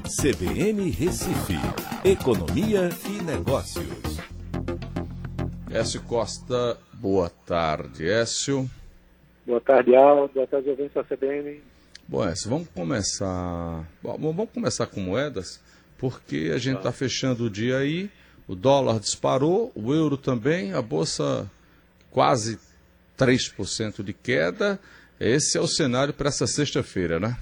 CBN Recife, Economia e Negócios. Écio Costa, boa tarde, Écio. Boa tarde, Aldo. Boa tarde, ouvintes da CBN. Bom, Écio, vamos começar com moedas, porque a gente está fechando o dia aí, o dólar disparou, o euro também, a bolsa quase 3% de queda. Esse é o cenário para essa sexta-feira, né?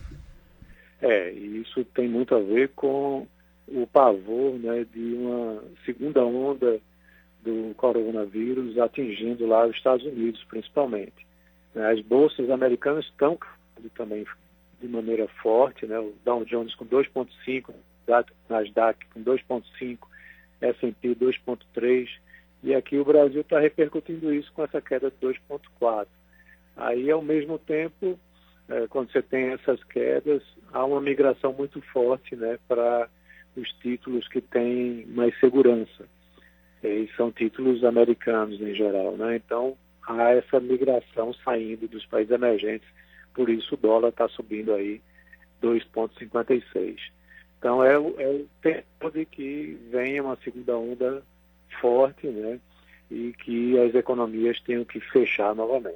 E isso tem muito a ver com o pavor, né, de uma segunda onda do coronavírus atingindo lá os Estados Unidos, principalmente. As bolsas americanas estão caindo também de maneira forte, né? O Dow Jones com 2,5%, Nasdaq com 2,5%, S&P 2,3%, e aqui o Brasil está repercutindo isso com essa queda de 2,4%. Aí, ao mesmo tempo, quando você tem essas quedas, há uma migração muito forte, né, para os títulos que têm mais segurança. E são títulos americanos em geral, né? Então, há essa migração saindo dos países emergentes, por isso o dólar está subindo aí 2,56. Então, é o tempo de que venha uma segunda onda forte, né, e que as economias tenham que fechar novamente.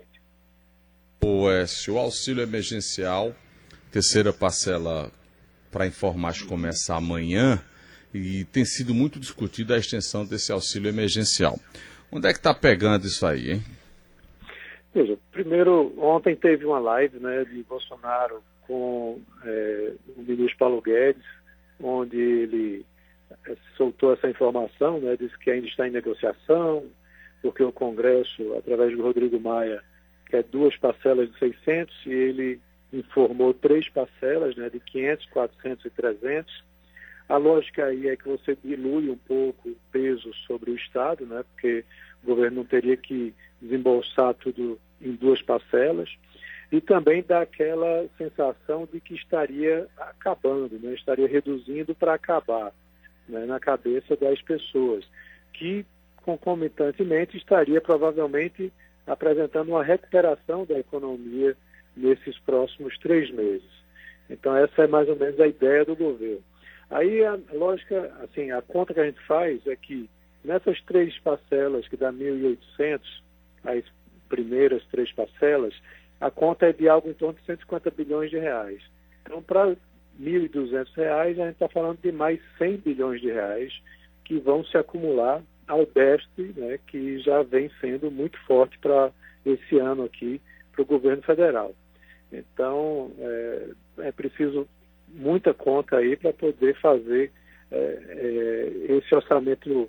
O Écio, o auxílio emergencial, terceira parcela para informática começa amanhã e tem sido muito discutida a extensão desse auxílio emergencial. Onde é que está pegando isso aí, hein? Veja, primeiro, ontem teve uma live, né, de Bolsonaro com o ministro Paulo Guedes, onde ele soltou essa informação, né, disse que ainda está em negociação, porque o Congresso, através do Rodrigo Maia, quer 2 parcelas de 600, e ele informou 3 parcelas, né, de 500, 400 e 300. A lógica aí é que você dilui um pouco o peso sobre o Estado, né, porque o governo não teria que desembolsar tudo em 2 parcelas, e também dá aquela sensação de que estaria acabando, né, estaria reduzindo para acabar, né, na cabeça das pessoas, que concomitantemente estaria provavelmente apresentando uma recuperação da economia nesses próximos 3 meses. Então essa é mais ou menos a ideia do governo. Aí a lógica, assim, a conta que a gente faz é que nessas 3 parcelas, que dá 1.800, as primeiras 3 parcelas, a conta é de algo em torno de 150 bilhões de reais. Então, para R$ 1.200, a gente está falando de mais 100 bilhões de reais que vão se acumular ao déficit, né, que já vem sendo muito forte para esse ano aqui, para o governo federal. Então, é preciso muita conta aí para poder fazer esse orçamento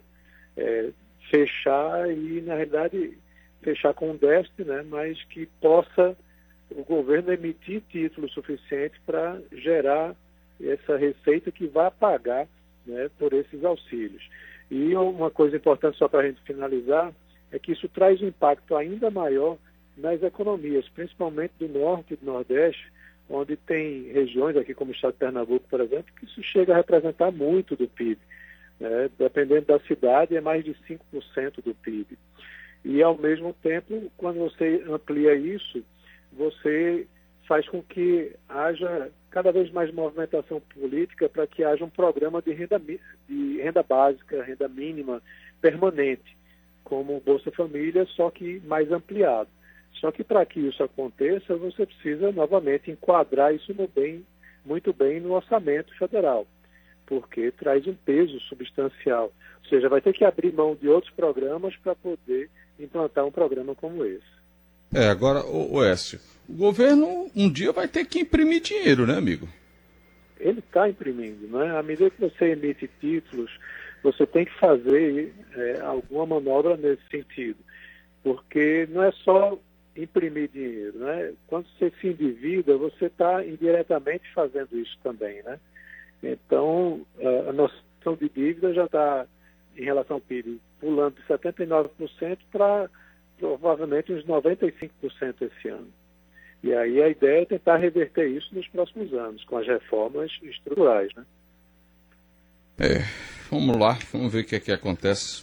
fechar e, na realidade, fechar com um déficit, né, mas que possa o governo emitir título suficiente para gerar essa receita que vai pagar, né, por esses auxílios. E uma coisa importante, só para a gente finalizar, é que isso traz um impacto ainda maior nas economias, principalmente do Norte e do Nordeste, onde tem regiões aqui como o estado de Pernambuco, por exemplo, que isso chega a representar muito do PIB. Né? Dependendo da cidade, é mais de 5% do PIB. E, ao mesmo tempo, quando você amplia isso, você faz com que haja cada vez mais movimentação política para que haja um programa de renda básica, renda mínima permanente, como o Bolsa Família, só que mais ampliado. Só que para que isso aconteça, você precisa novamente enquadrar isso muito bem no orçamento federal, porque traz um peso substancial. Ou seja, vai ter que abrir mão de outros programas para poder implantar um programa como esse. Agora, o Écio, o governo um dia vai ter que imprimir dinheiro, né, amigo? Ele está imprimindo, né? À medida que você emite títulos, você tem que fazer alguma manobra nesse sentido, porque não é só imprimir dinheiro, né? Quando você se endivida, você está indiretamente fazendo isso também, né? Então, a noção de dívida já está, em relação ao PIB, pulando de 79% para provavelmente uns 95% esse ano. E aí a ideia é tentar reverter isso nos próximos anos, com as reformas estruturais, né? Vamos lá, vamos ver o que é que acontece.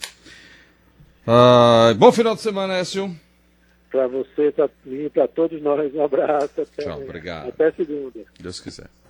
Bom final de semana, Écio. Para você, para mim, para todos nós, um abraço. Tchau, obrigado. Até segunda. Deus quiser.